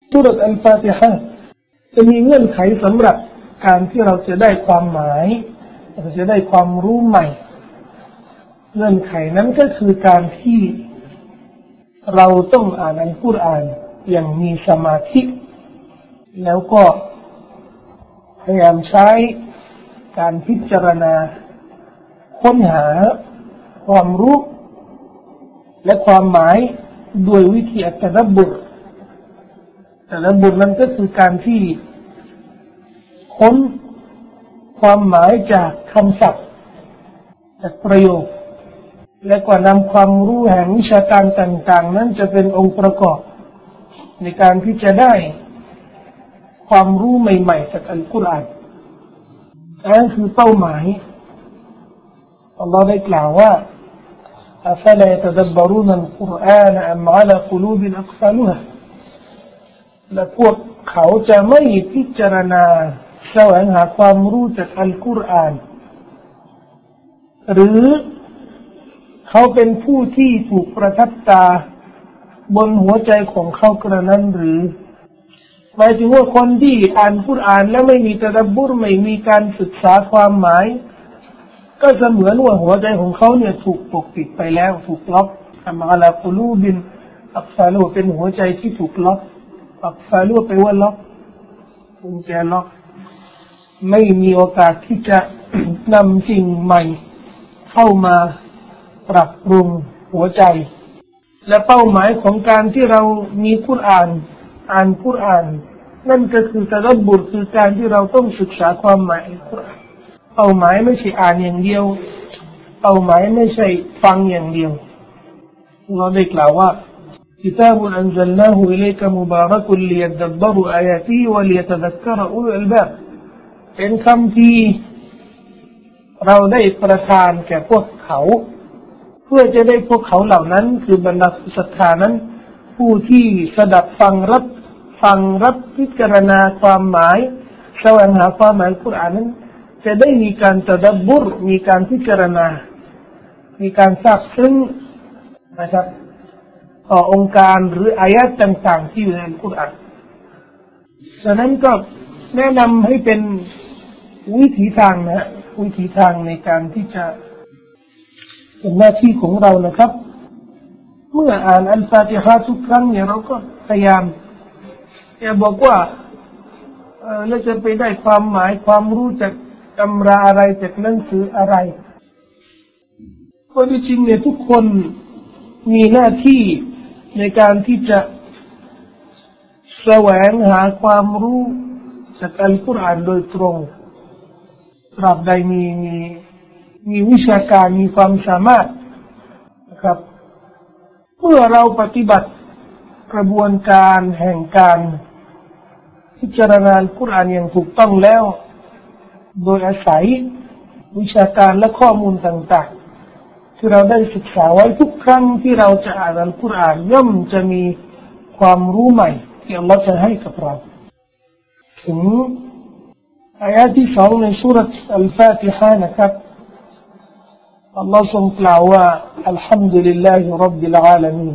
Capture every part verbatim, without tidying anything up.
ซูเราะห์อัลฟาติฮะห์จะมีเงื่อนไขสำหรับการที่เราจะได้ความหมายเราจะได้ความรู้ใหม่เงื่อนไขนั้นก็คือการที่เราต้องอ่านอัลกุรอานอย่างมีสมาธิแล้วก็พยายามใช้การพิจารณาค้นหาความรู้และความหมายโดยวิธีอัตตะดับบุรแต่ละบุรนั้นก็คือการที่ค้นความหมายจากคำศัพท์จากประโยคและก็นำความรู้แห่งวิชาการต่างๆนั้นจะเป็นองค์ประกอบในการที่จะได้ความรู้ใหม่ๆจากอัลกุรอานนั่นคือเป้าหมายอัลลอฮ์ได้กล่าวว่าอัฟลายัตดับบะรูนัลกุรอานอัมอะลากุลูบินอักฟาลุฮาและพวกเขาจะไม่พิจารณาแสวงหาความรู้จากอัลกุรอานหรือเขาเป็นผู้ที่ถูกประทับตาบนหัวใจของเขากระนั้นหรือหมายถึงว่าคนที่อ่านกุรอานแล้วไม่มีตะดับบุรไม่มีการศึกษาความหมายก็เสมือนว่าหัวใจของเขาเนี่ยถูกปกปิดไปแล้วถูกล็อกอัมอะลากุลูบินอักฟาลูเป็นหัวใจที่ถูกล็อกอักฟาลูแปลว่าล็อกกุญแจล็อกไม่มีโอกาสที่จะ นำสิ่งใหม่เข้ามาปรับปรุงหัวใจและเป้าหมายของการที่เรามีกุรอานอ่านกุรอานนั่นก็คือตะดับบุรคือการที่เราต้องศึกษาความหมายกุรอานเป้าหมายไม่ใช่อ่านอย่างเดียวเป้าหมายไม่ใช่ฟังอย่างเดียวเราได้กล่าวว่า كتاب أنزلناه إليك مبارك ليدبروا آياته وليتذكر أولو الألباب เป็นคำที่เราได้ประทานแก่พวกเขาเพื่อจะได้พวกเขาเหล่านั้นคือบรรดาศรัทธานั้นผู้ที่สดับฟังรับฟังรับพิจารณาความหมายแสวงหาความหมายกุรอานนั้นจะได้มีการตะดับบุรมีการพิจารณามีการทราบซึ้งนะครับต่อองค์การหรืออายะห์ต่างๆที่อยู่ในกุรอานฉะนั้นก็แนะนำให้เป็นวิถีทางนะวิถีทางในการที่จะเป็นหน้าที่ของเรานะครับเมื่ออ่านอัลฟาติฮะห์ทุกครั้งเนี่ยเราก็พยายามอย่าบอกว่าเออแล้วจะไปได้ความหมายความรู้จากตำราอะไรจากหนังสืออะไรเพราะจริงๆเนี่ยทุกคนมีหน้าที่ในการที่จะแสวงหาความรู้จากอัลกุรอานโดยตรงตราบใดมีมีมีวิชาการมีความสามารถนะครับเมื่อเราปฏิบัติกระบวนการแห่งการพิจารณาอัลกุรอานอย่างถูกต้องแล้วโดยอาศัยวิชาการและข้อมูลต่างๆที่เราได้ศึกษาไว้ทุกครั้งที่เราจะอ่านอัลกุรอานย่อมจะมีความรู้ใหม่ที่อัลลอฮฺจะให้กับเราถึงอายะห์ที่สองในซูเราะห์อัลฟาติฮะห์นะครับอัลลอฮฺทรงกล่าวว่าอัลฮัมดุลิลลาฮิร็อบบิลอาลามีน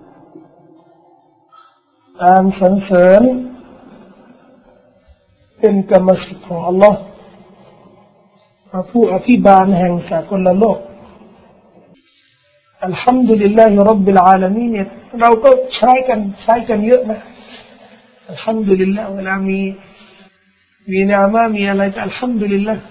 การสรรเสริญเป็นกรรมสิทธิ์ของอัลลอฮฺพระผู้อภิบาลแห่งสากลโลกอัลฮัมดุลิลลาฮิร็อบบิลอาลามีนเนี่ยเราก็ใช้กันใช้กันเยอะนะอัลฮัมดุลิลลาห์เวลามีมีเนื้อมามีอะไรก็อัลฮัมดุลิลลาห์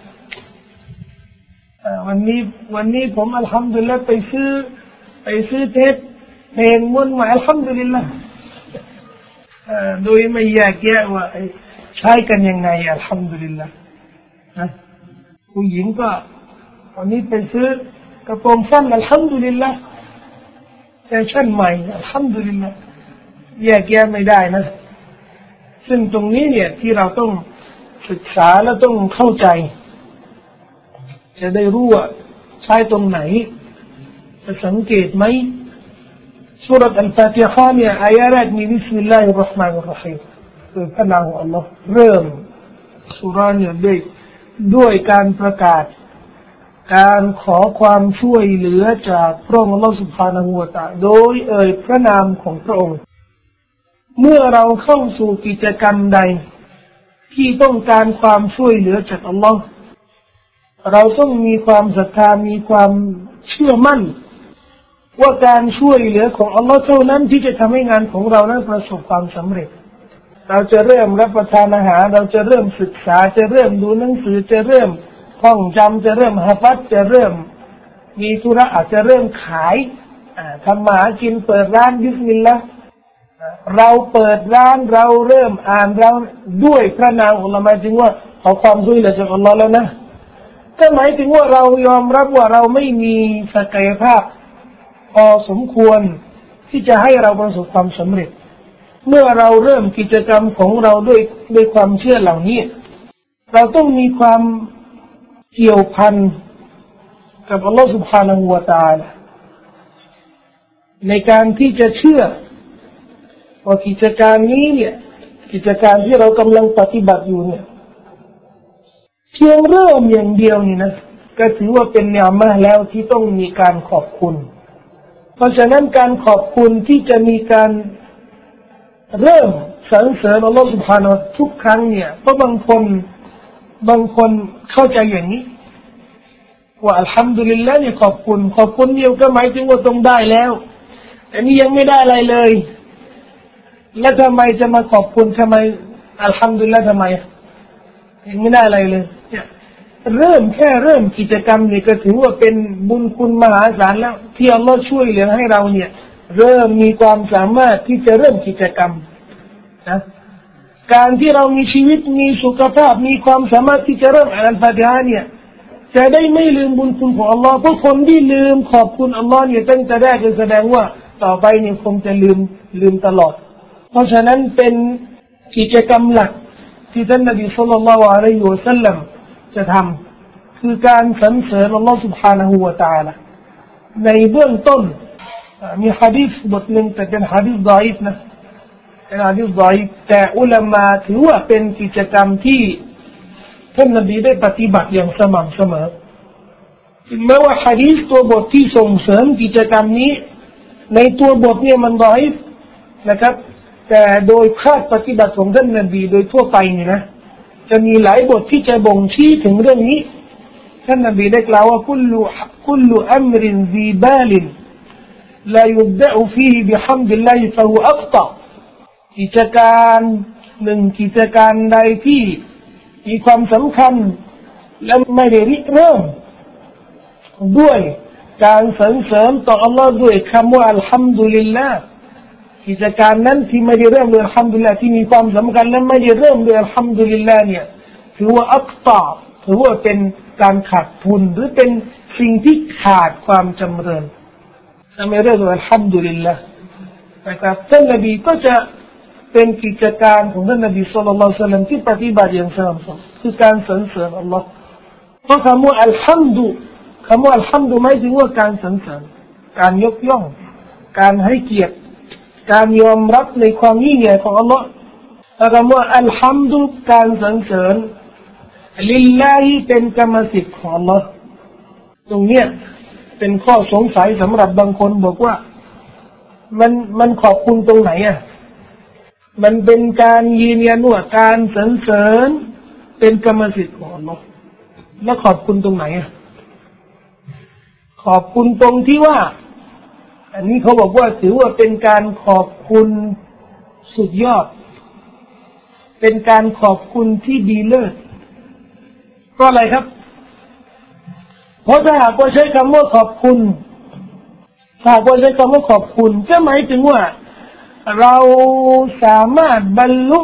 วันนี้วันนี้ผมอัลฮัมดุลิลลาห์ไปซื้อไปซื้อเทปเพลงม้วนใหม่อัลฮัมดุลิลลาห์โดยไม่แยกแยะว่าใช้กันยังไงอัลฮัมดุลิลลาห์นะผู้หญิงก็วันนี้ไปซื้อกระโปรงสั้นอัลฮัมดุลิลลาห์แฟชั่นใหม่อัลฮัมดุลิลลาห์แยกแยะไม่ได้นะซึ่งตรงนี้เนี่ยที่เราต้องศึกษาและต้องเข้าใจจะได้รู้ว่าใช้ตรงไหนจะสังเกตไหมซูเราะห์อัลฟาติฮะห์เนี่ยอายะห์แรกมีบิสมิลลาฮิรเราะห์มานิรเราะฮีมคือพระนามของอัลลอฮ์เริ่มซูเราะห์เนี่ยด้วยด้วยการประกาศการขอความช่วยเหลือจากพระองค์อัลลอฮ์ سبحانه และ تعالى โดยเอ่ยพระนามของพระองค์เมื่อเราเข้าสู่กิจกรรมใดที่ต้องการความช่วยเหลือจากอัลลอฮ์เราต้องมีความศรัทธามีความเชื่อมั่นว่าการช่วยเหลือของอัลลอฮ์เท่านั้นที่จะทำให้งานของเรานั้นประสบความสำเร็จเราจะเริ่มรับประทานอาหารเราจะเริ่มศึกษาจะเริ่มดูหนังสือจะเริ่มท่องจำจะเริ่มฮะฟัดจะเริ่มมีธุระอาจจะเริ่มขายทำมาหากินเปิดร้านบิสมิลลาห์เราเปิดร้านเราเริ่มอ่านเราด้วยพระนามของเราหมายถึงว่าขอความช่วยเหลือจากอัลลอฮ์แล้วนะก็หมายถึงว่าเรายอมรับว่าเราไม่มีศักยภาพพอสมควรที่จะให้เราประสบความสำเร็จเมื่อเราเริ่มกิจกรรมของเราด้วยด้วยความเชื่อเหล่านี้เราต้องมีความเกี่ยวพันกับอัลลอฮฺ سبحانه และ تعالى ในการที่จะเชื่อว่ากิจการนี้เนี่ยกิจการที่เรากำลังปฏิบัติอยู่เนี่ยเพียงเริ่มอย่างเดียวนี่นะก็ถือว่าเป็นเนือมาแล้วที่ต้องมีการขอบคุณเพราะฉะนั้นการขอบคุณที่จะมีการเริ่มสรรเสริญอัลลอฮฺ سبحانه ทุกครั้งเนี่ยเพราะบางคนบางคนเข้าใจอย่างนี้ว่าอัลฮัมดุลิลละห์เนี่ยขอบคุณขอบคุณเดียวก็หมายถึงว่าต้องได้แล้วแต่นี่ยังไม่ได้อะไรเลยแล้วทำไมจะมาขอบคุณทำไมอัลฮัมดุลิลละห์ทำไมยังไม่ได้อะไรเลยเนี่ยเริ่มแค่เริ่มกิจกรรมนี่ก็ถือว่าเป็นบุญคุณมหาศาลแล้วที่อัลลอฮ์ช่วยเหลือให้เราเนี่ยเริ่มมีความสามารถที่จะเริ่มกิจกรรมนะการที่เรามีชีวิตมีสุขภาพมีความสามารถที่จะเริ่มอ่านอัลฟาติฮะห์เนี่ยจะได้ไม่ลืมบุญคุณของอัลลอฮ์เพราะคนที่ลืมขอบคุณอัลลอฮ์เนี่ยตั้งแต่แรกจะแสดงว่าต่อไปเนี่ยคงจะลืมลืมตลอดเพราะฉะนั้นเป็นกิจกรรมหลักที่ท่านนบีศ็อลลัลลอฮุอะลัยฮิวะซัลลัมจะทำคือการสรรเสริญอัลลอฮ์ سبحانه และ تعالى ในเบื้องต้นมีหะดีษบทหนึ่งแต่เป็นหะดีษฎออีฟนะเป็นหะดีษฎออีฟแต่อุลามะถือว่าเป็นกิจกรรมที่ท่านนบีได้ปฏิบัติอย่างสม่ำเสมอถึงแม้ว่าหะดีษตัวบทที่ส่งเสริมกิจกรรมนี้ในตัวบทเนี่ยมันฎออีฟนะครับแต่โดยภาคปฏิบัติของท่านนบีโดยทั่วไปนี่นะจะมีหลายบทที่จะบ่งชี้ถึงเรื่องนี้ท่านนบีได้กล่าวว่าคุลลุคุลลุอัมรินซีบาลินลายุบดะอุฟีฮิบิฮัมดิลลาฮิฟะฮุอัคตะกิจการหนึ่งกิจการใดที่มีความสำคัญและไม่ได้ริเริ่มด้วยการสรรเสริญต่ออัลลอฮ์ด้วยคำว่าอัลฮัมดุลิลลาห์กิจการนั้นที่ไม่ได้เริ่มด้วยอัลฮัมดุลิลลาห์ที่มีความสำคัญและไม่ได้เริ่มด้วยอัลฮัมดุลิลลาห์เนี่ยถือว่าอัคตะถือว่าเป็นการขาดทุนหรือเป็นสิ่งที่ขาดความจำเริญถ้าไม่เริ่มด้วยอัลฮัมดุลิลลาห์นะครับท่านนบีก็จะเป็นกิจการของท่านนบีศ็อลลัลลอฮุอะลัยฮิวะซัลลัมที่ปฏิบัติอย่างสม่ำเสมอคือการสรรเสริญอัลลอฮ์เพราะคำว่าอัลฮัมดุคำว่าอัลฮัมดุหมายถึงว่าการสรรเสริญการยกย่องการให้เกียรติการยอมรับในความยิ่งใหญ่ของอัลลอฮ์คำว่าอัลฮัมดุการสรรเสริญลิลลาฮิเป็นกรรมสิทธิ์ของอัลลอฮ์ตรงเนี้ยเป็นข้อสงสัยสำหรับบางคนบอกว่ามันมันขอบคุณตรงไหนอ่ะมันเป็นการยืนยันว่าการสรรเสริญเป็นกรรมสิทธิ์ของอัลลอฮ์แล้วขอบคุณตรงไหนอ่ะขอบคุณตรงที่ว่าอันนี้เขาบอกว่าถือว่าเป็นการขอบคุณสุดยอดเป็นการขอบคุณที่ดีเลิศเพราะอะไรครับเพราะถ้าหากว่าใช้คำว่าขอบคุณถ้าหากว่าใช้คำว่าขอบคุณก็หมายถึงว่าเราสามารถบรรลุ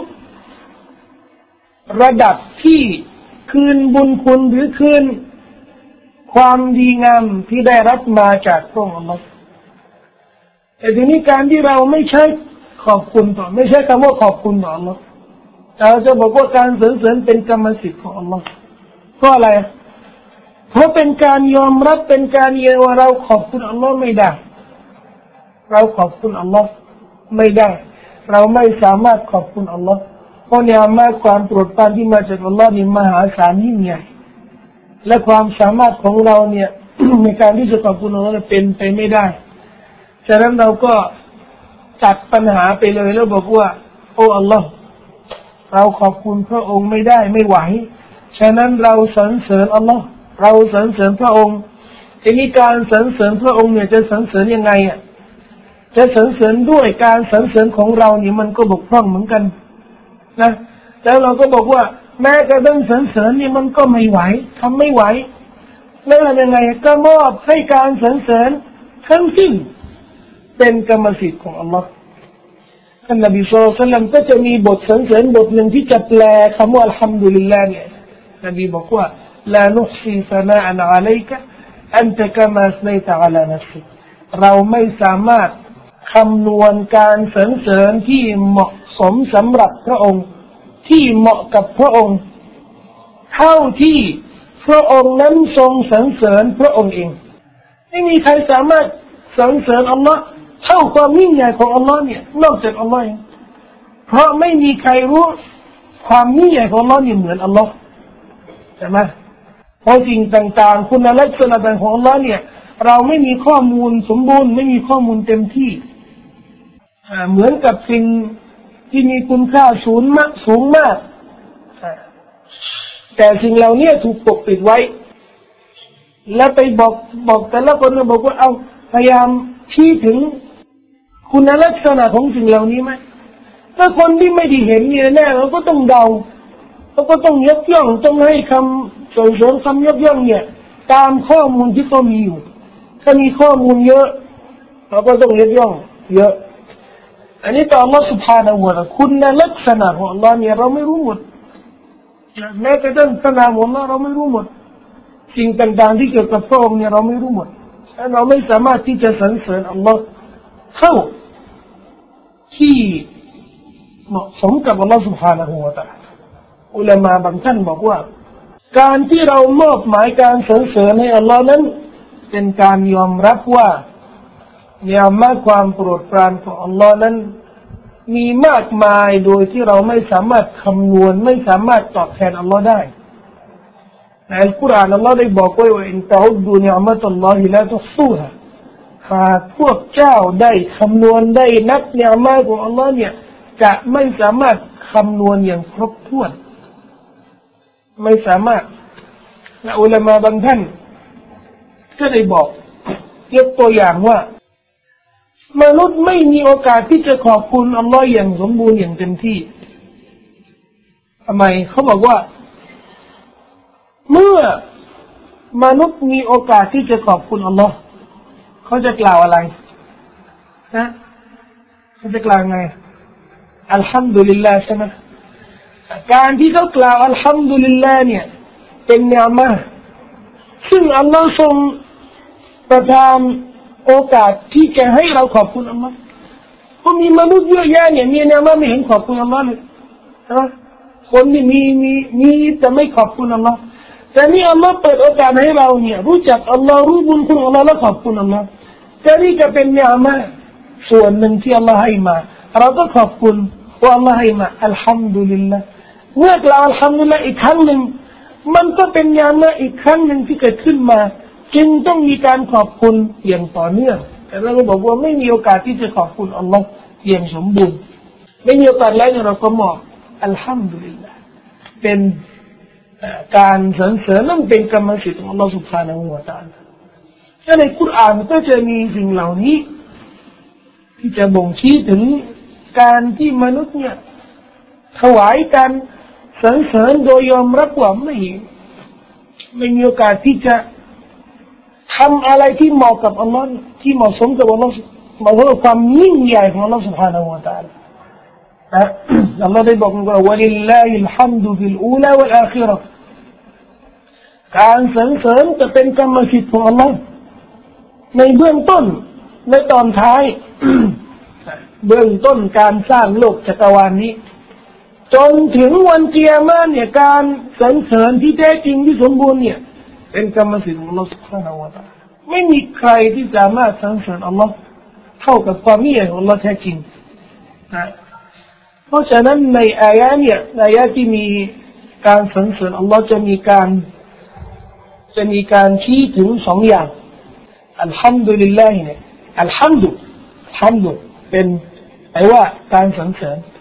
ระดับที่คืนบุญคุณหรือคืนความดีงามที่ได้รับมาจากพระองค์อัลลอฮ์แต่ทีนี้การที่เราไม่ใช่ขอบคุณต่อไม่ใช่คำว่าขอบคุณต่ออัลลอฮ์เราจะบอกว่าการสรรเสริญเป็นกรรมสิทธิ์ของอัลลอฮ์เพราะอะไรเพราะเป็นการยอมรับเป็นการยืนว่าเราขอบคุณอัลลอฮ์ไม่ได้เราขอบคุณอัลลอฮ์ไม่ได้เราไม่สามารถขอบคุณอัลลอฮ์เพราะเนี่ยมาความโปรดปรานที่มาจากอัลลอฮ์นี่มหาศาลยิ่งใหญ่และความสามารถของเราเนี่ย ในการที่จะขอบคุณอัลลอฮ์เป็นไปไม่ได้ฉะนั้นเราก็ตัดปัญหาไปเลยแล้วบอกว่าโอ้อัลลอฮ์เราขอบคุณพระองค์ไม่ได้ไม่ไหวฉะนั้นเราสรรเสริญอัลลอฮ์เราสรรเสริญพระองค์ทีนี้การสรรเสริญพระองค์เนี่ยจะสรรเสริญยังไงอ่ะจะสรรเสริญด้วยการสรรเสริญของเรานี่มันก็บกพร่องเหมือนกันนะแล้วเราก็บอกว่าแม้กระทั่งสรรเสริญนี่มันก็ไม่ไหวทำไม่ไหวแล้วยังไงก็มอบให้การสรรเสริญทั้งสิ้นเป็นกรรมสิทธิ์ของอัลลอฮ์ท่านนบีศ็อลลัลลอฮุอะลัยฮิวะซัลลัมก็จะมีบทสรรเสริญบทหนึ่งที่จะแปลคำว่าอัลฮัมดุลิลลาห์เนี่ยนบีบอกว่าลานุฮซีซะนาอันอะลัยกะอันตะกะมาอัสนัยตะอะลานัฟซิเราไม่สามารถคำนวณการสรรเสริญที่เหมาะสมสำหรับพระองค์ที่เหมาะกับพระองค์เท่าที่พระองค์นั้นทรงสรรเสริญพระองค์เองไม่มีใครสามารถสรรเสริญอัลลอฮ์เท่าความยิ่งใหญ่ของอัลลอฮ์เนี่ยนอกจากอัลลอฮ์เพราะไม่มีใครรู้ความยิ่งใหญ่ของอัลลอฮ์เนี่ยเหมือนอัลลอฮ์ใช่ไหมเพราะสิ่งต่างๆคุณลักษณะต่างของอัลลอฮ์เนี่ยเราไม่มีข้อมูลสมบูรณ์ไม่มีข้อมูลเต็มที่เหมือนกับสิ่งที่มีคุณค่าสูงมากสูงมากแต่สิ่งเหล่านี้ถูกปกปิดไว้แล้วไปบอกบอกแต่ละคนก็บอกว่าเอาพยายามชี้ถึงคุณลักษณะของสิ่งเหล่านี้ไหมถ้าคนที่ไม่ได้เห็นเนี่ยแน่เราก็ต้องเดาเราก็ต้องยกย่องต้องให้คำส่งเสริมคำยกย่องเนี่ยตามข้อมูลที่เขามีอยู่ถ้ามีข้อมูลเยอะเราก็ต้องยกย่องเยอะอันนี้ต่อ Allah سبحانه และ تعالى คุณลักษณะของ Allah เนี่ยเราไม่รู้หมดแม้กระทั่งสนามของ Allah เราไม่รู้หมดสิ่งต่างๆที่เกี่ยวกับพระองค์เนี่ยเราไม่รู้หมดเราไม่สามารถที่จะสรรเสริญ Allah เท่าที่เหมาะสมกับ Allah سبحانه และ تعالى อุลามะบางท่านบอกว่าการที่เรามอบหมายการสรรเสริญให้ Allah นั้นเป็นการยอมรับว่านิอ์มะห์ความโปรดปรานของ Allah นั้นมีมากมายโดยที่เราไม่สามารถคำนวณไม่สามารถตอบแทน Allah ได้ในอัลกุรอาน Allah ได้บอกไว้ว่าอินตะอุดดูนิอ์มะตัลลอฮิลาตุฮซูฮาหากพวกเจ้าได้คำนวณได้นับนิอ์มะห์ของ Allah เนี่ยจะไม่สามารถคำนวณอย่างครบถ้วนไม่สามารถและอุลามะบางท่านก็ได้บอกยกตัวอย่างว่ามนุษย์ไม่มีโอกาสที่จะขอบคุณอัลลอฮ์อย่างสมบูรณ์อย่างเต็มที่ทำไมเขาบอกว่าเมื่อมนุษย์มีโอกาสที่จะขอบคุณอัลลอฮ์เขาจะกล่าวอะไรนะเขาจะกล่าวไงอัลฮัมดุลิลลาห์ใช่ไหมการที่เขากล่าวอัลฮัมดุลิลลาห์เนี่ยเป็นนิอ์มะห์ซึ่งอัลลอฮ์ทรงประทานโอกาสที่จะให้เราขอบคุณอัลลอฮ์เพราะมีมนุษย์เยอะแยะเนี่ยมีนิอ์มะห์ไม่เห็นขอบคุณอัลลอฮ์เลยใช่ไหมคนที่มีมีมีแต่ไม่ขอบคุณอัลลอฮ์แต่นี่อัลลอฮ์เปิดโอกาสให้เราเนี่ยรู้จักอัลลอฮ์รู้บุญคุณอัลลอฮ์และขอบคุณอัลลอฮ์แต่นี่จะเป็นนิอ์มะห์ส่วนหนึ่งที่อัลลอฮ์ให้มาเราก็ขอบคุณว่าอัลลอฮ์ให้มาอัลฮัมดุลิลละเมื่อกล่าวอัลฮัมดุลิลละอีกครั้งหนึ่งมันก็เป็นนิอ์มะห์อีกครั้งหนึ่งที่เกิดขึ้นมาจึงต้องมีการขอบคุณอย่างต่อเนื่องแต่เราบอกว่าไม่มีโอกาสที่จะขอบคุณอัลลอฮ์อย่างสมบูรณ์ไม่มีโอกาสแล้วเราก็มอบอัลฮัมดุลิลละเป็นการสรรเสริญนั่นเป็นกรรมสิทธิ์ของอัลลอฮ์ سبحانه และ تعالى และในกุรอานก็จะมีสิ่งเหล่านี้ที่จะบ่งชี้ถึงการที่มนุษย์เนี่ยถวายการสรรเสริญโดยยอมรับว่าไม่ไม่มีโอกาสที่จะทำอะไรที่เหมาะกับอัลลอฮ์ที่เหมาะสมกับอัลลอฮ์เหมาะกับความยิ่งใหญ่ของอัลลอฮ์ سبحانه และ تعالى อัลลอฮ์ได้บอกว่าวะลิลลาฮิลฮัมดุฟิลอูลาวัลอาคิเราะห์การสรรเสริญจะเป็นกรรมสิทธิ์ของอัลลอฮ์ในเบื้องต้นในตอนท้าย เบื้องต้นการสร้างโลกจักรวาลนี้จนถึงวันกิยามะห์เนี่ยการสรรเสริญที่แท้จริงที่สมบูรณ์เนี่ยเป็นกรรมสิทธิ์ของอัลลอฮ์ سبحانه และ تعالى ไม่มีใครที่สามารถสรรเสริญอัลลอฮ์เท่ากับความยิ่งใหญ่ของอัลลอฮ์แท้จริงนะเพราะฉะนั้นในอายะห์เนี่ยในอายะห์ที่มีการสรรเสริญอัลลอฮ์จะมีการจะมีการชี้ถึงสองอย่างอัลฮัมดุลิลลาฮิเนี่ยอัลฮัมดุอัลฮัมดุเป็นแปลว่าการสรรเสริญ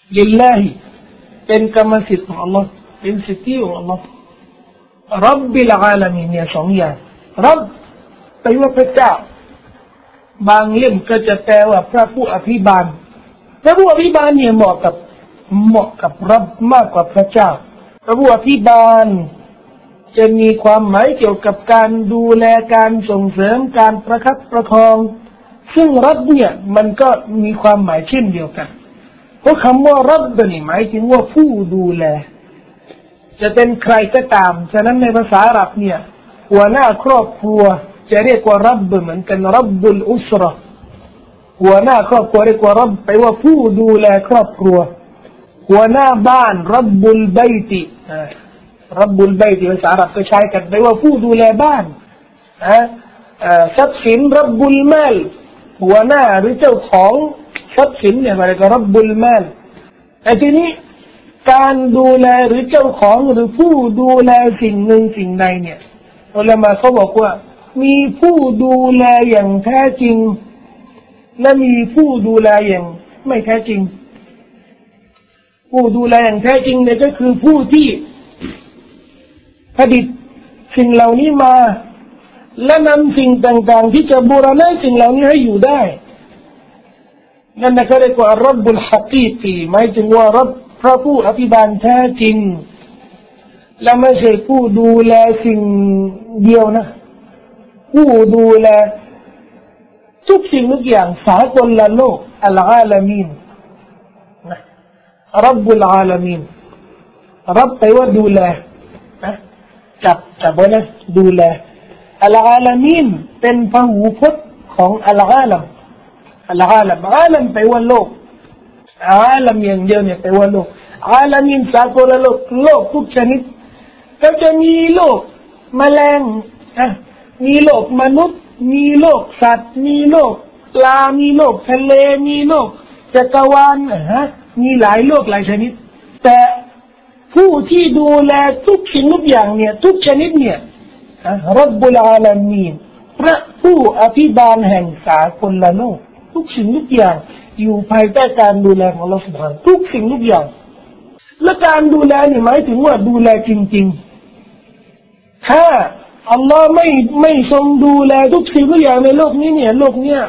ลิลลาฮิเป็นกรรมสิทธิ์ของอัลลอฮ์เป็นสิทธิของอัลลอฮ์รับบิลอาลามีนเนี่ยสองอย่างรับแปลว่าพระเจ้าบางเล่มก็จะแปลว่าพระผู้อภิบาลพระผู้อภิบาลเนี่ยเหมาะกับเหมาะกับรับมากกว่าพระเจ้าพระผู้อภิบาลจะมีความหมายเกี่ยวกับการดูแลการส่งเสริมการประคับประคองซึ่งรับเนี่ยมันก็มีความหมายเช่นเดียวกันเพราะคำว่ารับนี่หมายถึงว่าผู้ดูแลจะเป็นใครก็ตามฉะนั้นในภาษาอาหรับเนี่ยหัวหน้าครอบครัวจะเรียกว่ารับเหมือนกันรับบุลอุสเราะห์หัวหน้าครอบครัวเรียกว่ารับแปลว่าผู้ดูแลครอบครัวหัวหน้าบ้านรับบุลบัยติรับบุลบัยติภาษาอาหรับก็ใช้กันแปลว่าผู้ดูแลบ้านอ่าทรัพย์สินรับบุลมาลหัวหน้าหรือเจ้าของทรัพย์สินเนี่ยหมายถึงรับบุลมาลแต่ทีนี้การดูแลหรือเจ้าของหรือผู้ดูแลสิ่งหนึ่งสิ่งใดเนี่ยอุลามะเขาบอกว่ามีผู้ดูแลอย่างแท้จริงและมีผู้ดูแลอย่างไม่แท้จริงผู้ดูแลอย่างแท้จริงเนี่ยก็คือผู้ที่ผลิตสิ่งเหล่านี้มาและนำสิ่งต่างๆที่จะบูรณะสิ่งเหล่านี้ให้อยู่ได้นั่นนะก็เรียกว่ารับบุลฮักีกีหมายถึงว่ารับพระผู้อภิบาลแท้จริงและไม่ใช่ผู้ดูแลสิ่งเดียวนะผู้ดูแลทุกสิ่งทุกอย่างสากลละโลกอัลอาลามีนนะรับบุลอาลามีนรับไปว่าดูแลนะจับจับไว้นะดูแลอัลอาลามีนเป็นพหูพจน์ของอัลอาลัมอัลอาลัมอาลัมไปว่าโลกอาลัมอย่างเดียวเนี่ยไปว่าโลกอาลามีนสากลโลกโลกทุกชนิดก็จะมีโลกแมลงอ่ะมีโลกมนุษย์มีโลกสัตว์มีโลกปลามีโลกทะเลมีโลกจักรวาลฮะมีหลายโลกหลายชนิดแต่ผู้ที่ดูแลทุกสิ่งทุกอย่างเนี่ยทุกชนิดเนี่ยรับบุลอาลามีนพระผู้อภิบาลแห่งสากลโลกทุกสิ่งทุกอย่างอยู่ภายใต้การดูแลของอัลเลาะห์ซุบฮานะฮูวะตะอาลาทุกสิ่งทุกอย่างและการดูแลนี่หมายถึงว่าดูแลจริงๆถ้าอัลลอฮ์ไม่ไม่ทรงดูแลทุกสิ่งทุกอย่างในโลกนี้เนี่ยโลกเนี้ย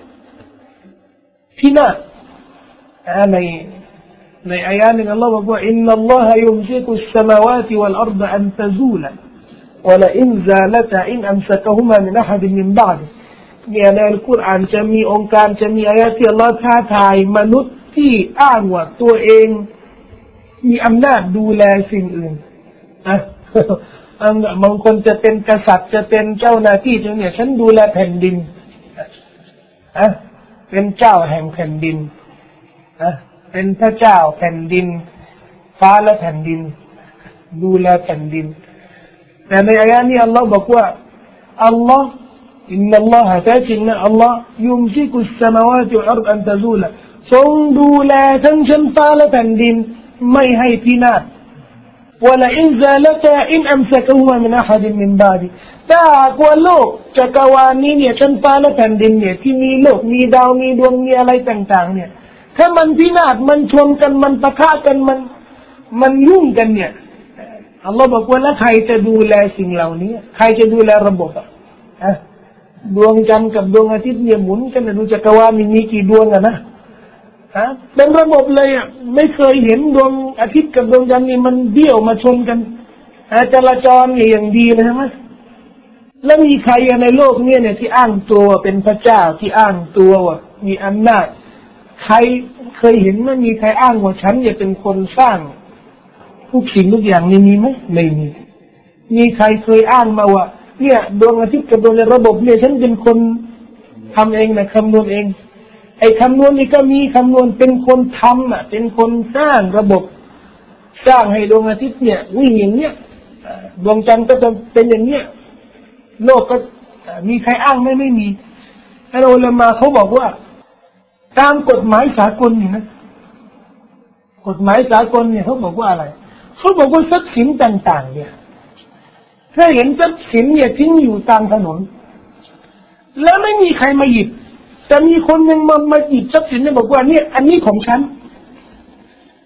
พินาศในในอายะห์นึงอัลลอฮ์บอกว่าอินนัลลอฮะยุมซิกุสสมาวาติวัลอัรฎอันตะซูลวะละอินซาละตะอินอัมซะกะฮุมามินอะฮัดมินบะอ์เนี่ยในอัลกุรอานจะมีองค์การจะมีอายะห์ที่อัลลอฮ์ท้าทายมนุษย์ที่อ้างว่าตัวเองมีอำนาจดูแลสิ่งอื่นนะบางคนจะเป็นกษัตริย์จะเป็นเจ้าหน้าที่จะเนี่ยฉันดูแลแผ่นดินอ่ะเป็นเจ้าแห่งแผ่นดินอ่ะเป็นพระเจ้าแผ่นดินฟ้าและแผ่นดินดูแลแผ่นดินแต่ในอายะนี้อัลลอฮ์บอกว่าอัลลอฮ์อินนัลลอฮะแท้จริงนะอัลลอฮ์ยุมซิกุสสมาวาติวัลอัรฎอันตะซูลทรงดูแลทั้งชั้นฟ้าและแผ่นดินไม่ให้พินาศวะละอินซาละตะอินอัมซะกะฮุมามินอะฮัดมินบาดิถ้าหากว่าโลกจักรวาลนี้เนี่ยชั้นฟ้าและแผ่นดินเนี่ยที่มีโลกมีดาวมีดวงมีอะไรต่างๆเนี่ยถ้ามันพินาศมันชนกันมันปะทะกันมันมันยุ่งกันเนี่ยอัลลอฮ์บอกว่าแล้วใครจะดูแลสิ่งเหล่านี้ใครจะดูแลระบบอ่ะดวงจันทร์กับดวงอาทิตย์เนี่ยหมุนกันดูจักรวาลมีกี่ดวงอ่ะนะฮะเป็นระบบเลยอ่ะไม่เคยเห็นดวงอาทิตย์กับดวงจันทร์นี่มันเบี้ยวมาชนกันจราจรอย่างดีเลยใช่ไหมแล้วมีใครในโลกนี้เนี่ยที่อ้างตัวเป็นพระเจ้าที่อ้างตัวว่ามีอำนาจใครเคยเห็นไม่มีใครอ้างว่าฉันจะเป็นคนสร้างทุกสิ่งทุกอย่างนี่มีไหมไม่มีมีใครเคยอ้างมาว่าเนี่ยดวงอาทิตย์กับดวงในระบบเนี่ยฉันเป็นคนทำเองนะคำนวณเองไอ้คำนวณนี่ก็มีคำนวณเป็นคนทำอ่ะเป็นคนสร้างระบบสร้างให้ดวงอาทิตย์เนี่ยวิ่งอย่างเนี้ยดวงจันทร์ก็จะเป็นอย่างเนี้ยโลกก็มีใครอ้างไหมไม่มีแต่อุลามะเขาบอกว่าตามกฎหมายสากลนี่นะกฎหมายสากลเนี่ยเขาบอกว่าอะไรเขาบอกว่าทรัพย์สินต่างๆเนี่ยถ้าเห็นทรัพย์สินเนี่ยทิ้งอยู่ตามถนนแล้วไม่มีใครมาหยิบแต่มีคนหนึ่งมามาหยิบทรัพย์สินเนี่ยบอกว่าเนี่ยอันนี้ของฉัน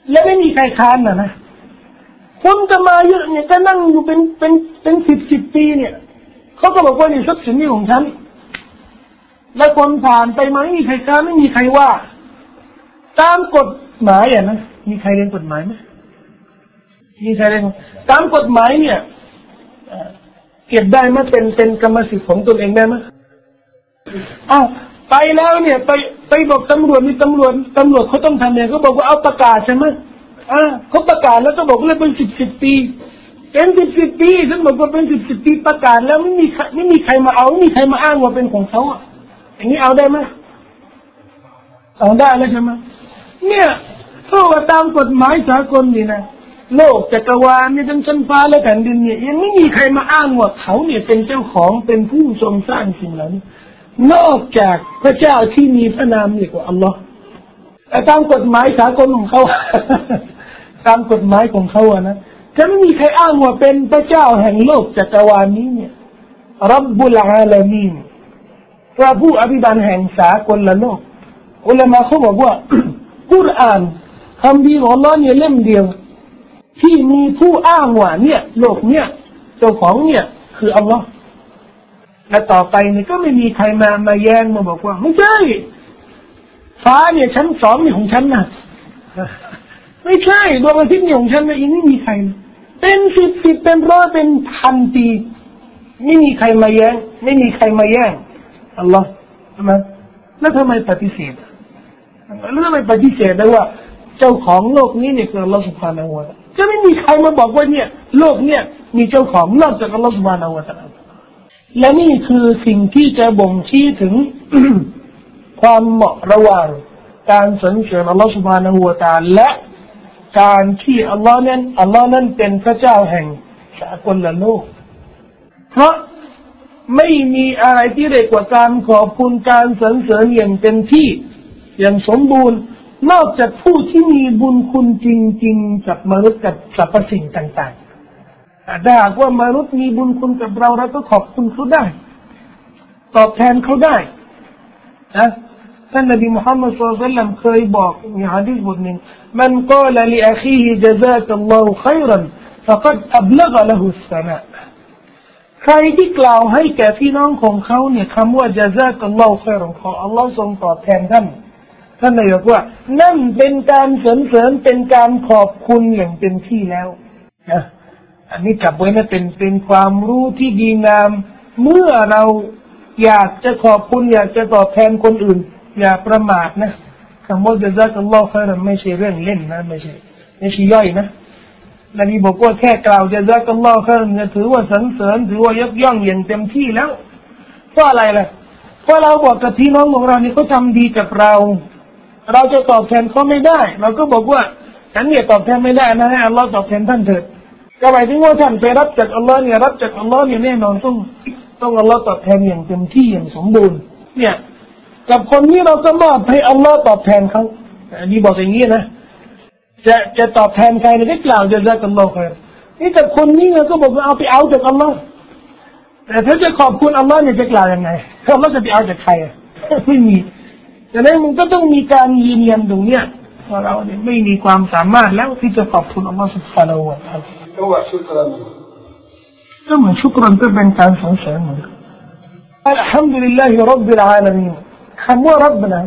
และไม่มีใครค้านนะนะคนจะมาเยอะเนี่ยก็นั่งอยู่เป็นเป็นเป็นสิบสิบปีเนี่ยเขาก็บอกว่านี่ทรัพย์สินนี่ของฉันแล้วคนผ่านไปไหมไม่มีใครค้านไม่มีใครว่าตามกฎหมายอ่ะนะมีใครเรียนกฎหมายไหมมีใครเรียนตามกฎหมายเนี่ยเก็บได้ไหมเป็นเป็นกรรมสิทธิ์ของตนเองได้ไหมอ้าวไปแล้วเนี่ยไปไปบอกตำรวจมีตำรวจตำรวจเขาต้องทำเนี่ยเขาบอกว่าเอาประกาศใช่ไหมอ่าเขาประกาศแล้วก็บอกว่าเป็นสิบสิบปีเป็นสิบสิบปีฉันบอกว่าเป็นสิบสิบปีประกาศแล้วไม่มีไม่มีใครมาเอาไม่มีใครมาอ้างว่าเป็นของเขาอ่ะอย่างนี้เอาได้ไหมเอาได้แล้วใช่ไหมเนี่ยถ้าว่าตามกฎหมายสากลนี่นะโลกจักรวาลนี่ทั้งชั้นฟ้าและแผ่นดินเนี่ยยังไม่มีใครมาอ้างว่าเขาเนี่ยเป็นเจ้าของเป็นผู้ทรงสร้างสิ่งเหล่านี้นอกจากพระเจ้าที่มีพระนามเรียกว่าอัลลอฮ์แต่ตามกฎหมายสากลของเขา ตามกฎหมายของเขาอะนะจะไม่มีใครอ้างว่าเป็นพระเจ้าแห่งโลกจักรวาลนี้เนี่ยรับบุลอาลามีนพระผู้อภิบาลแห่งสากลโลกอุลามะเขาบอกว่า กุรอานคำพีของอัลลอฮ์เนี่ยเล่มเดียวที่มีผู้อ้างว่าเนี่ยโลกเนี่ยเจ้าของเนี่ยคืออัลลอฮ์และต่อไปเนี่ยก็ไม่มีใครมามาแย้งมาบอกว่าไม่ใช่ฟ้าเนี่ยชั้นสองนี่ของฉันนะไม่ใช่ดวงอาทิตย์นี่ของฉันนะยังไม่มีใครเป็นสิบสิบเป็นร้อยเป็นพันปีไม่มีใครมาแย้งไม่มีใครมาแย้งอัลลอฮ์ใช่ไหมแล้วทำไมปฏิเสธแล้วทำไมปฏิเสธได้ว่าเจ้าของโลกนี้เนี่ยคืออัลลอฮ์ซุบฮานะฮูวะตะอาลาจะไม่มีใครมาบอกว่าเนี่ยโลกเนี่ยมีเจ้าของนอกจากอัลลอฮ์ซุบฮานะฮูวะตะอาลาและนี่คือสิ่งที่จะบ่งชี้ถึง ความเหมาะระหว่างการสรรเสริญอัลลอฮฺ سبحانه และ تعالى และการที่อัลลอฮ์นั้นอัลลอฮ์นั้นเป็นพระเจ้าแห่งสากลโลกเพราะไม่มีอะไรที่เรียกว่าการขอบคุณการสรรเสริญอย่างเต็มที่อย่างสมบูรณ์นอกจากผู้ที่มีบุญคุณจริงๆกับมนุษย์กับสรรพสิ่งต่างๆถ้าหากว่ามนุษย์มีบุญคุณกับเราเราก็ขอบคุณเขาได้ตอบแทนเขาได้นะท่านนบีมุฮัมมัดศ็อลลัลลอฮุอะลัยฮิวะซัลลัมเคยบอกในหะดีษบทหนึ่งมันกล่าวลิอะคีฮิญะซากัลลอฮุค็อยรันฟะกัดอับลักละฮุสซะนาใครที่กล่าวให้แก่พี่น้องของเขาเนี่ยคำว่าญะซากัลลอฮุค็อยรันขออัลลอฮ์ทรงตอบแทนท่านท่านนายกว่านั่นเป็นการสรรเสริญเป็นการขอบคุณอย่างเต็มที่แล้วนะอันนี้กลับไว้นะเป็นเป็นความรู้ที่ดีงามเมื่อเราอยากจะขอบคุณอยากจะตอบแทนคนอื่นอย่าประมาทนะคำว่าญะซากัลลอฮุค็อยรันไม่ใช่เรื่องเล่นนะไม่ใช่ไม่ใช่ย่อยนะนบีบอกว่าแค่กล่าวญะซากัลลอฮุค็อยรันเนี่ยถือว่าสรรเสริญถือว่ายกย่องอย่างเต็มที่แล้วเพราะอะไรล่ะเพราะเราบอกกับพี่น้องของเรานี่เขาทำดีกับเราเราจะตอบแทนเขาไม่ได้เราก็บอกว่าฉันเนี่ยตอบแทนไม่ได้นะให้อัลลอฮ์ตอบแทนท่านเถิดก็หมายถึงว่าท่านไปรับจากอัลลอฮ์เนี่ยรับจากอัลลอฮ์เนี่ยแน่นอนต้องต้องอัลลอฮ์ตอบแทนอย่างเต็มที่อย่างสมบูรณ์เนี่ยกับคนนี้เราก็มอบให้อัลลอฮ์ตอบแทนเขาอันนี้บอกอย่างนี้นะจะจะตอบแทนใครเนี่ยก็กล่าวญะซากัลลอฮุค็อยรันนี่กับคนนี้เราก็บอกว่าเอาไปเอาจากอัลลอฮ์แต่ถ้าจะขอบคุณอัลลอฮ์เนี่ยจะกล่าวยังไงอัลลอฮ์จะไปเอาจากใครอ่ะไม่มีดังนั้นมันก็ต้องมีการยืนยันตรงเนี้ยว่าเราเนี่ยไม่มีความสามารถแล้วที่จะขอบคุณอัลลอฮ์ سبحانه และ تعالى ก็ว่าชุกรันก็เหมือนชุกรันก็เป็นการสรรเสริญเหมือนกันอัลฮัมดุลิลลาฮิร็อบบิลอาลามีนคำว่ารับนะ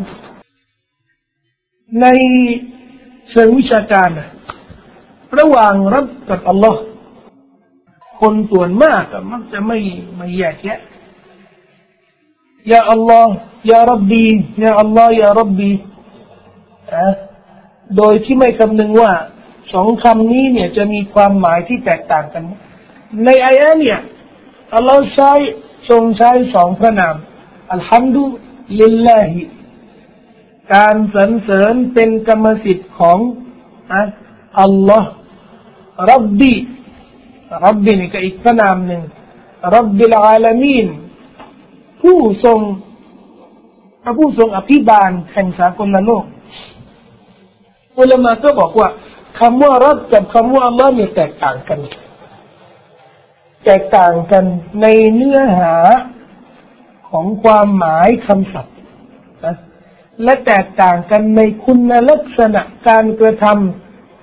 ในเชิงวิชาการระหว่างรับกับอัลลอฮ์คนส่วนมากมักจะไม่ไม่แยกแยะยาอัลลอฮ์ยารับบียาอัลลอฮ์ยารับบีอะโดยที่ไม่คำนึงว่าสองคำนี้เนี่ยจะมีความหมายที่แตกต่างกันในอายะห์เนี่ยอัลลอฮ์ใช้ทรงใช้สองพระนามอัลฮัมดุลิลลาฮิการสรรเสริญเป็นกรรมสิทธิ์ของอัลลอฮ์รับบีรับบีนี่ก็อีกพระนามหนึ่งรับบิลอาลามีนผู้ทรงพระผู้ทรงอภิบาลแห่งสากลโลกอุลามะก็บอกว่าคำว่ารับกับคำว่าอัลลอฮ์เนี่ยแตกต่างกันแตกต่างกันในเนื้อหาของความหมายคำศัพท์นะและแตกต่างกันในคุณลักษณะการกระท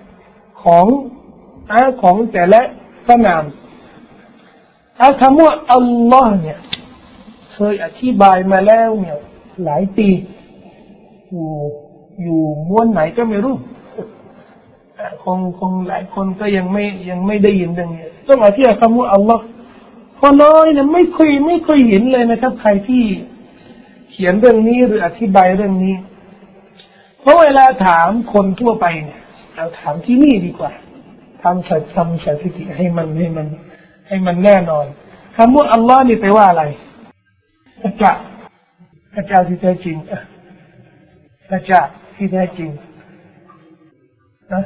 ของอ่าของแต่ละพระนามอาคำว่าอัลลอฮ์เนี่ยเคยอธิบายมาแล้วเนี่ยหลายปีอยู่อยู่ม้วนไหนก็ไม่รู้คงคงหลายคนก็ยังไม่ยังไม่ได้ยินเรื่องนี้ต้องอธิบายคำว่าอัลลอฮ์พอน้อยเนี่ยไม่เคยไม่เคยเห็นเลยนะครับใครที่เขียนเรื่องนี้หรืออธิบายเรื่องนี้เพราะเวลาถามคนทั่วไปเนี่ยเราถามที่นี่ดีกว่าทำสัจธรรมสถิติให้มันให้มันให้มันแน่นอนคำว่าอัลลอฮ์นี่แปลว่าอะไรพระเจ้าพระเจ้าที่แท้จริงพระเจ้าที่แท้จริงนะ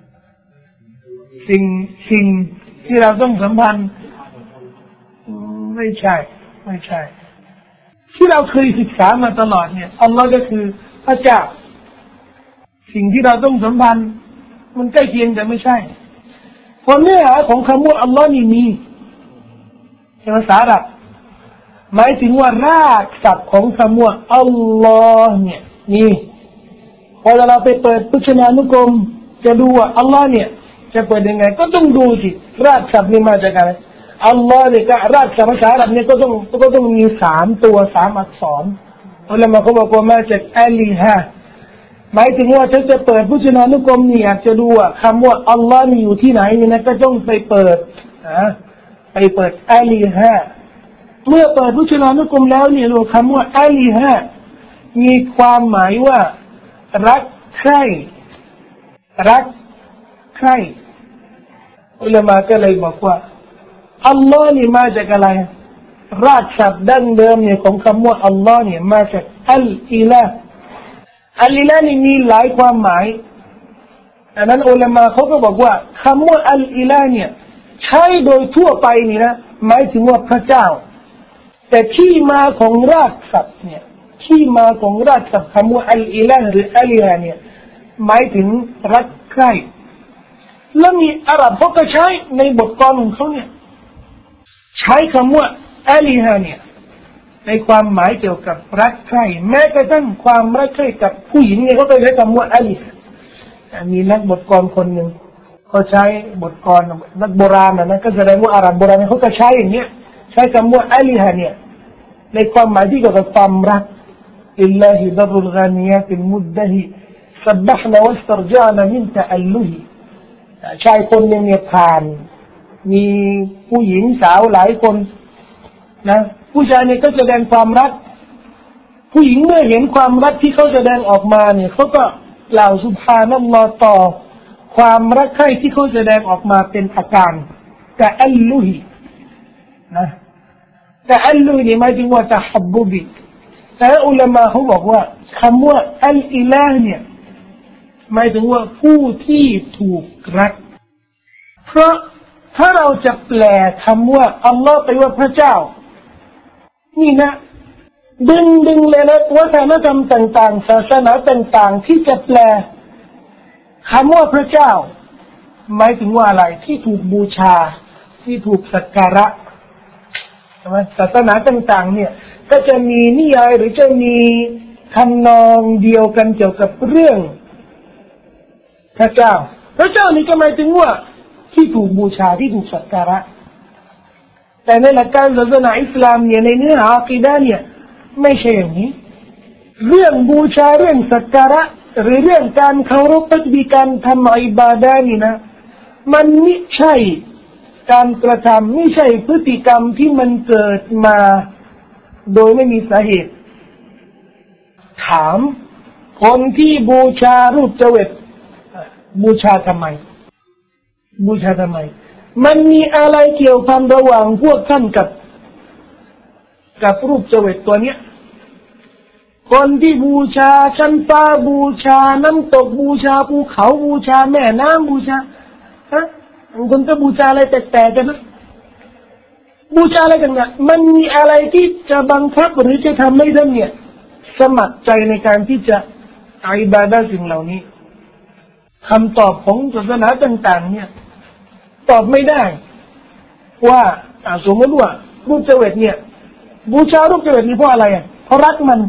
สิ่งสิ่งที่เราต้องสัมพันธ์ไม่ใช่ไม่ใช่ที่เราเคยศึกษามาตลอดเนี่ยอัลลอฮ์ก็คือพระเจ้าสิ่งที่เราต้องสัมพันธ์มันใกล้เคียงแต่ไม่ใช่เพราะเนื้อหาของคำว่าอัลลอฮ์นี่มีในภาษาอาหรับหมายถึงว่ารากศัพท์ของคำว่าอัลลอฮ์เนี่ยมีพอเราไปเปิดพจนานุกรมจะดูว่าอัลลอฮ์เนี่ยจะเปิดยังไงก็ต้องดูสิรากศัพท์นี่มาจากอะไรอัลลอฮ์เนี่ยก็รากศัพท์ภาษาอาหรับเนี่ยก็ต้องก็ต้องมีสามตัวสามอักษรแล้วมาเขาบอกว่ามาจากอัลีฮะหมายถึงว่าถ้าจะเปิดพจนานุกรมนี่อยากจะดูว่าคำว่าอัลลอฮ์นี่อยู่ที่ไหนนี่นะก็ต้องไปเปิดอ่าไปเปิดอัลีฮะเมื่อเปิดพจนานุกรมแล้วเนี่ยรู้คำว่าอัลีฮะมีความหมายว่ารักใคร่รักใคร่อุลามะก็เลยบอกว่าอัลลอฮ์นี่มาจากอะไรรากศัพท์ดั้งเดิมเนี่ยของคำว่าอัลลอฮ์เนี่ยมาจากอัลอิละห์อัลอิละห์นี่มีหลายความหมายดังนั้นอุลามะเขาก็บอกว่าคำว่าอัลอิละห์เนี่ยใช้โดยทั่วไปนี่นะหมายถึงว่าพระเจ้าแต่ที่มาของรากศัพท์เนี่ยที่มาของรากศัพท์คำว่าอัลอิละห์หรืออัลอิละห์เนี่ยหมายถึงรักใคร่แล้วมีอาหรับเขาก็ใช้ในบทกลอนของเขาเนี่ยใช้คำว่าอัลีฮะเนี่ยในความหมายเกี่ยวกับรักใคร่แม้กระทั่งความรักใคร่กับผู้หญิงเนี่ยเขาก็ใช้คำว่าอัลีฮะมีนักบทกลอนคนหนึ่งเขาใช้บทกลอนนักโบราณนะนะก็แสดงว่าอาหรับโบราณเขาก็ใช้อย่างเนี้ยใช้คำว่าอัลีฮะเนี่ยในความหมายที่เกี่ยวกับความรักอิลลาฮิดรุลกานียะติลมุดดะฮิซับบะฮ์นะวัสตัรญะนะมินตะอัลลุฮิชายคนหนึ่งเนี่ยผ่านมีผู้หญิงสาวหลายคนนะผู้ชายเนี่ยก็แสดงความรักผู้หญิงเมื่อเห็นความรักที่เขาแสดงออกมาเนี่ยเขาก็กล่าวซุบฮานัลลอฮ์ต่อความรักใคร่ที่เขาแสดงออกมาเป็นอาการตะอัลลุฮินะตะอัลลุฮินี่หมายถึงว่าตะฮับบุบิแต่อุลามะเขาบอกว่าคำว่าอัลอิละห์เนี่ยหมายถึงว่าผู้ที่ถูกรักเพราะถ้าเราจะแปลคำว่าอัลลอฮ์ไปว่าพระเจ้านี่นะดึงดึงเลยนะวัฒนธรรมต่างๆศาสนาต่างๆที่จะแปลคำว่าพระเจ้าหมายถึงว่าอะไรที่ถูกบูชาที่ถูกสักการะใช่ไหมศาสนาต่างๆเนี่ยก็จะมีนิยายหรือจะมีคำนองเดียวกันเกี่ยวกับเรื่องพระเจ้าพระเจ้านี่ก็หมายถึงว่าที่ถูกบูชาที่ถูกสักการะแต่ในหลักการศาสนาอิสลามเนี่ยในเนื้อหาอะกีดะห์เนี่ยไม่ใช่อย่างนี้เรื่องบูชาเรื่องสักการะหรือเรื่องการเคารพปฏิบัติการทำอิบาดะห์นี่นะมันไม่ใช่การกระทำไม่ใช่พฤติกรรมที่มันเกิดมาโดยไม่มีสาเหตุถามคนที่บูชารูปเจวิตบูชาทำไมบูชาทำไมมันมีอะไรเกี่ยวพันระหว่างพวกท่านกับกับรูปเจวิตตัวเนี้ยคนที่บูชาชั้นฟ้าบูชาน้ำตกบูชาภูเขาบูชาแม่น้ำบูชาฮะคนก็บูชาอะไรแตกๆกันนะบูชาอะไรกันเนี่ยมันมีอะไรที่จะบังคับหรือจะทำให้ท่านเนี่ยสมัครใจในการที่จะอิบาดะห์สิ่งเหล่านี้คำตอบของศาสนาต่างๆเนี่ยตอบไม่ได้ว่าสมมติว่ารูปเจวิตเนี่ยบูชารูปเจวิตนี่เพราะอะไรอ่ะเพราะรักมัน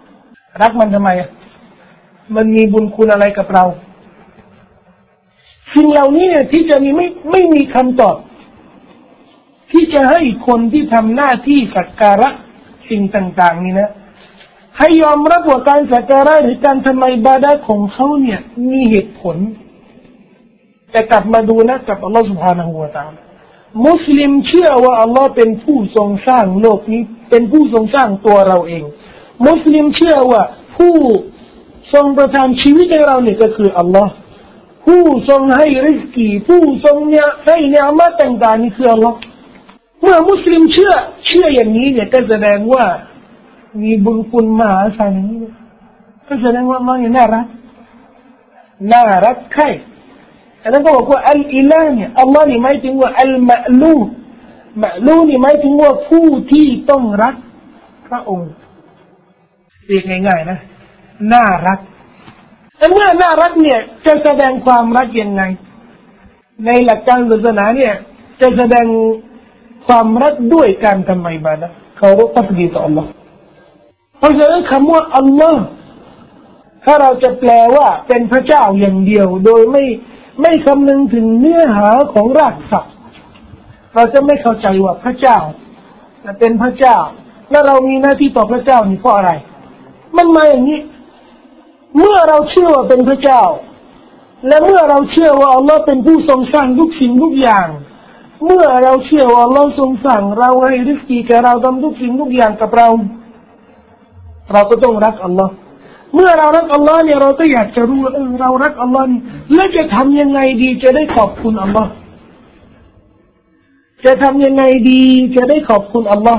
รักมันทำไมอ่ะมันมีบุญคุณอะไรกับเราสิ่งเหล่านี้เนี่ยที่จะมีไม่ไม่มีคำตอบที่จะให้คนที่ทำหน้าที่สักการะสิ่งต่างๆนี่นะให้ยอมรับว่าการสักการะหรือการทำอิบาดะห์ของเขาเนี่ยมีเหตุผลแต่กลับมาดูนะกับอัลลอฮฺ سبحانه และ تعالى มุสลิมเชื่อว่าอัลลอฮ์เป็นผู้ทรงสร้างโลกนี้เป็นผู้ทรงสร้างตัวเราเองมุสลิมเชื่อว่าผู้ทรงประทานชีวิตให้เราเนี่ยก็คืออัลลอฮ์ผู้ทรงให้ริสกีผู้ทรงเนี่ยให้เนือามัตต่างๆนี่คืออัลลอฮ์เมื่อมุสลิมเชื่อเชื่ออย่างนี้เนี่ยก็แสดงว่ามีบุญคุณมหาศาลอย่างนี้ก็แสดงว่าอัลลอฮ์เนี่ยน่ารักน่ารักใคร่อันนั้นก็บอกว่าอัลอิลาเนี่ยอัลลอฮ์นี่หมายถึงว่าอัลมะลูมะลูนี่หมายถึงว่าผู้ที่ต้องรักพระองค์เรียกง่ายๆนะน่ารักแต่เมื่อน่ารักเนี่ยจะแสดงความรักยังไงในหลักการศาสนาเนี่ยจะแสดงความรักด้วยการทำอิบาดะห์เคารพพักดีต่อ Allah เพราะฉะนั้นคำว่า Allah ถ้าเราจะแปลว่าเป็นพระเจ้าอย่างเดียวโดยไม่ไม่คำนึงถึงเนื้อหาของรากศัพท์เราจะไม่เข้าใจว่าพระเจ้าจะเป็นพระเจ้าแล้วเรามีหน้าที่ต่อพระเจ้านี่เพราะอะไรมันมาอย่างนี้เมื่อเราเชื่อว่าเป็นพระเจ้าและเมื่อเราเชื่อว่าอัลลอฮ์เป็นผู้ทรงสร้างทุกสิ่งทุกอย่างเมื่อเราเชื่อว่าอัลลอฮ์ทรงสั่งเราให้ริสกีแก่เราทำทุกสิ่งทุกอย่างกับเราเราก็ต้องรักอัลลอฮ์เมื่อเรารักอัลลอฮ์เนี่ยเราก็อยากจะรู้เออเรารักอัลลอฮ์นี่แล้วจะทำยังไงดีจะได้ขอบคุณอัลลอฮ์จะทำยังไงดีจะได้ขอบคุณอัลลอฮ์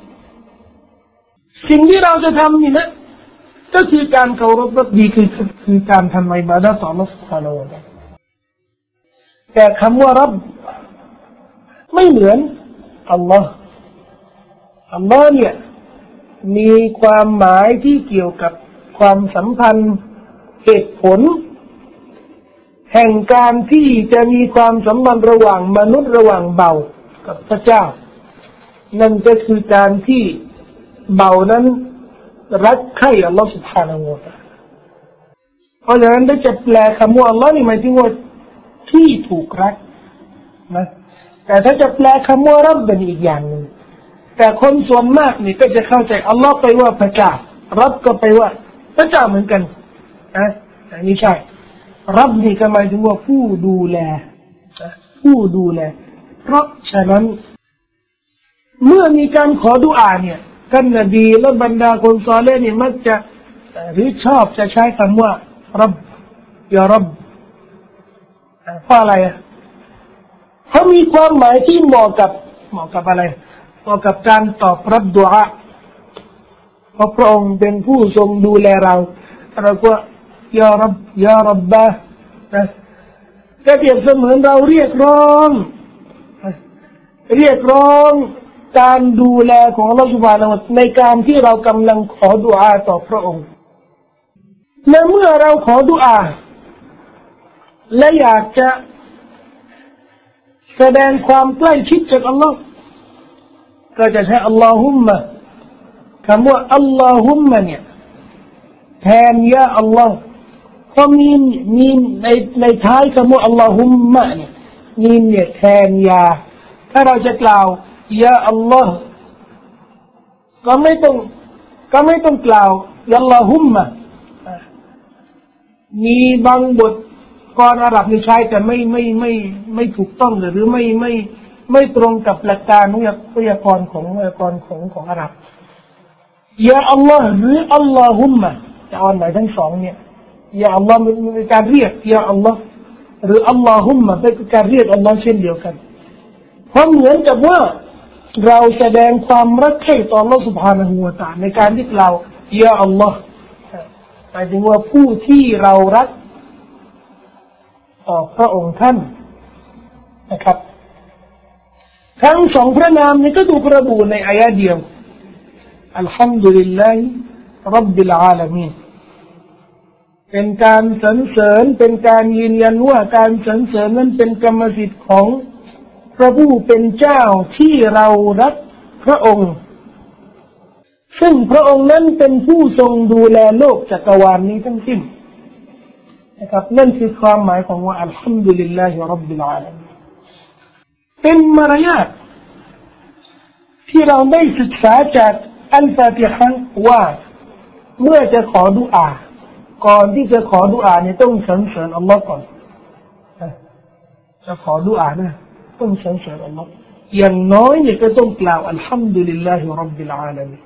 สิ่งที่เราจะทำนี่นะก็คือการเคารพรักดีคือคือการทำอิบาดะห์ต่อ Allah سبحانه และ تعالى แต่คำว่ารับไม่เหมือนอัลลอฮ์อัลลอฮ์เนี่ยมีความหมายที่เกี่ยวกับความสัมพันธ์เหตุผลแห่งการที่จะมีความสัมพันธ์ระหว่างมนุษย์ระหว่างเบากับพระเจ้านั่นก็คือการที่เบานั้นรักใคร่อัลลอฮฺ سبحانه และ تعالى เพราะฉะนั้นได้จะแปลคำว่าอัลลอฮ์นี่หมายถึงว่าที่ถูกรักนะแต่ถ้าจะแปลคำว่ารับเป็นอีกอย่างหนึ่งแต่คนส่วนมากนี่ก็จะเข้าใจอัลลอฮ์ไปว่าพระเจ้ารับก็ไปว่าพระเจ้าเหมือนกันนะแต่นี่ใช่รับนี่ก็หมายถึงว่าผู้ดูแลผู้ดูแลเพราะฉะนั้นเมื่อมีการขอดุอาเนี่ยท่านนบีและบรรดาคนซอเลห์นี่มักจะหรือชอบจะใช้คำว่ารับยารับเพราะอะไรอ่ะเขามีความหมายที่เหมาะกับเหมาะกับอะไรเหมาะกับการตอบรับดุอาเพราะพระองค์เป็นผู้ทรงดูแลเราเราก็ยารับยารับบะนะก็เปรียบเสมือนเราเรียกร้องเรียกร้องการดูแลของอัลลอฮฺ سبحانه และ تعالى ในการที่เรากำลังขอดุอาต่อพระองค์และเมื่อเราขอดุอาและอยากจะแสดงความใกล้ชิดจากอัลลอฮฺก็จะใช้อัลลอฮุมมะคำว่าอัลลอฮุมมะเนี่ยแทนยาอัลลอฮฺเพราะมีมีในในท้ายคำว่าอัลลอฮุมมะเนี่ยมีเนี่ยแทนยาถ้าเราจะกล่าวยาอัลลอฮ์ก็ไม่ต้องก็ไม่ต้องกล่าวยาอัลลอฮุมมะมีบางบทกรอาหรับนี่ใช้แต่ไม่ไม่ไม่ไม่ถูกต้องหรือไม่ไม่ไม่ตรงกับหลักการพยากรณ์ของพยากรณ์ของของอาหรับยาอัลลอฮ์หรืออัลลอฮุมมะจะอ่านหมายทั้งสองเนี่ยยาอัลลอฮ์เป็นการเรียกยาอัลลอฮ์หรืออัลลอฮุมมะเป็นการเรียกอัลลอฮ์เช่นเดียวกันเพราะเหมือนกับว่าเราแสดงความรักใคร่ต่อ Allah سبحانه และ تعالى ในการที่เรายาอัลลอฮ์หมายถึงว่าผู้ที่เรารักต่อพระองค์ท่านนะครับทั้งสองพระนามนี้ก็ถูกระบุในอายะเดียวอัลฮัมดุลิลลาฮิร็อบบิลอาลามีนเป็นการสรรเสริญเป็นการยืนยันว่าการสรรเสริญนั้นเป็นกรรมสิทธิ์ของพระผู้เป็นเจ้าที่เรารักพระองค์ซึ่งพระองค์นั้นเป็นผู้ทรงดูแลโลกจักรวาลนี้ทั้งสิ้นนะครับนั่นคือความหมายของว่าอัลฮัมดุลิลลาฮิร็อบบิลอาลามีนเป็นมารยาทที่เราได้ศึกษาจากอัลฟาติฮะห์ว่าเมื่อจะขอดุอาก่อนที่จะขอดุอาเนี่ยต้องสรรเสริญอัลลอฮ์ก่อนจะขอดุอานะต้องสรรเสริญอัลลอฮ์อย่างน้อยเนี่ยก็ต้องกล่าวอัลฮัมดุลิลลาฮิร็อบบิลอาลามีน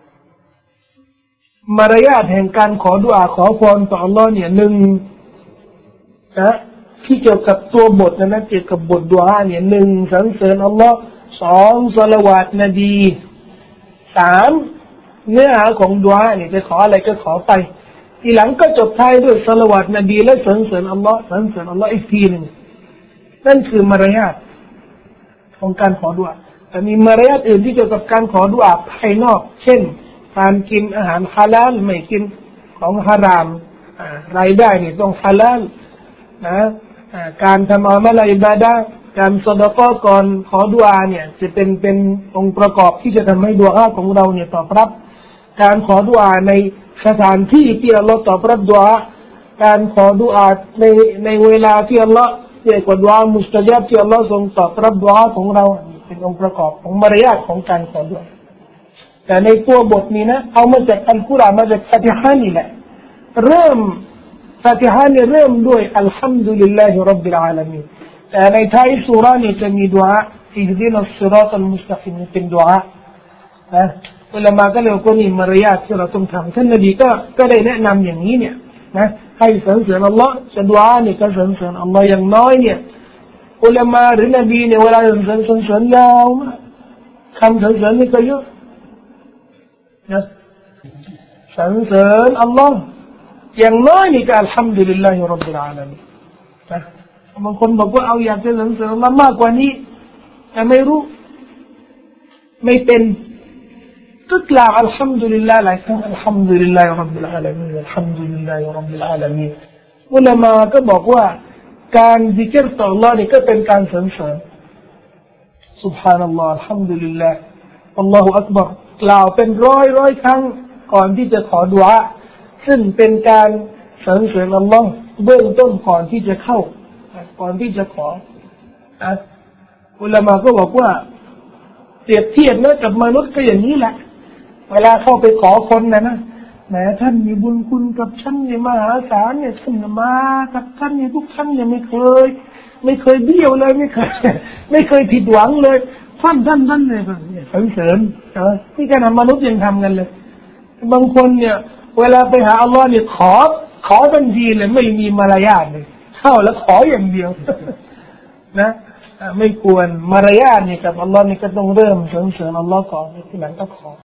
มารยาทแห่งการขอดุอาขอพรต่ออัลลอฮ์เนี่ยหนึ่งนะที่เกี่ยวกับตัวบทนะนะเกี่ยวกับบทดุอาเนี่ยหนึ่งสรรเสริญอัลลอฮ์สองศอลาวาตนบีสามเนื้อหาของดุอาเนี่ยจะขออะไรก็ขอไปทีหลังก็จบท้ายด้วยศอลาวาตนบีและสรรเสริญอัลลอฮ์สรรเสริญอัลลอฮ์อีกทีหนึ่งนั่นคือมารยาทของการขอดุอาแต่มีมารยาทอื่นที่เกี่ยวกับการขอดุอาภายนอกเช่นการกินอาหารฮาลาลไม่กินของฮารามรายได้นี่ต้องฮาลาลนะการทำอามัลอิบาดะห์การซอดาक़อก่อนขอดุอาเนี่ยจะเป็นเป็นองค์ประกอบที่จะทำให้ดุอาของเราเนี่ยตอบรับการขอดุอาในสถานที่ที่อัลลอฮ์ตอบรับดุอาการขอดุอาในในเวลาที่อัลลอฮ์เรียกว่าดุอามุสตะญาบที่อัลลอฮ์ทรงตอบรับดุอาของเราเป็นองค์ประกอบของมารยาทของการขอดุอาแต่ในตัวบทนี้นะเอามาจากอัลกุรอานมาจากฟาติฮะห์นี่แหละเริ่มฟาติฮะห์เนี่ยเริ่มด้วยอัลฮัมดุลิลลาฮิร็อบบิลอาลามีนแต่ในท้ายซูเราะห์นี่จะมีดุอาอิฮดินัสศิรอตัลมุสตะกีมเป็นดุอานะอุลามะก็เลยว่านี่มารยาทที่เราต้องทำท่านนบีก็ก็ได้แนะนำอย่างนี้เนี่ยนะให้สรรเสริญอัลลอฮ์จะดุอาเนี่ยก็สรรเสริญอัลลอฮ์อย่างน้อยเนี่ยอุลามะหรือนบีเนี่ยเวลาสรรเสริญสรรเสริญยาวคำสรรเสริญนี่ก็เยอะนะสรรเสริญอัลลอฮ์อย่างน้อยนี่ก็อัลฮัมดุลิลลาฮิร็อบบิลอาลามีนนะบางคนบอกว่าเอาอยากจะสรรเสริญอัลลอฮ์มากกว่านี้แต่ไม่รู้ไม่เป็นก็กล่าวอัลฮัมดุลิลลาห์หลายครั้งอัลฮัมดุลิลลาฮิร็อบบิลอาลามีนอัลฮัมดุลิลลาฮิร็อบบิลอาลามีนอุลามะก็บอกว่าการซิกร์ต่ออัลลอฮ์นี่ก็เป็นการสรรเสริญซุบฮานัลลอฮ์อัลฮัมดุลิลลาห์อัลลอฮุอักบัรกล่าวเป็นร้อยร้อยครั้งก่อนที่จะขอดุอาซึ่งเป็นการสรรเสริญอัลลอฮ์เบื้องต้นก่อนที่จะเข้าก่อนที่จะขอนะอุลามะก็บอกว่าเปรียบเทียบนะกับมนุษย์ก็อย่างนี้แหละเวลาเข้าไปขอคนนะนะแม้ท่านมีบุญคุณกับฉันเนี่ยมหาศาลเนี่ยท่านมากับท่านเนี่ยทุกท่านเนี่ยไม่เคยไม่เคยเบี้ยวเลยไม่เคยไม่เคยผิดหวังเลยท่านท่านท่านเลยเนี่ยสรรเสริญเออที่การทำมนุษย์ยังทำกันเลยบางคนเนี่ยเวลาไปหาอัลลอฮ์เนี่ยขอขอทันทีเลยไม่มีมารยาทเลยเข้าแล้วขออย่างเดียวนะไม่ควรมารยาทเนี่ยกับอัลลอฮ์นี่ก็ต้องเริ่มสรรเสริญอัลลอฮ์ก่อนทีหลังก็ขอ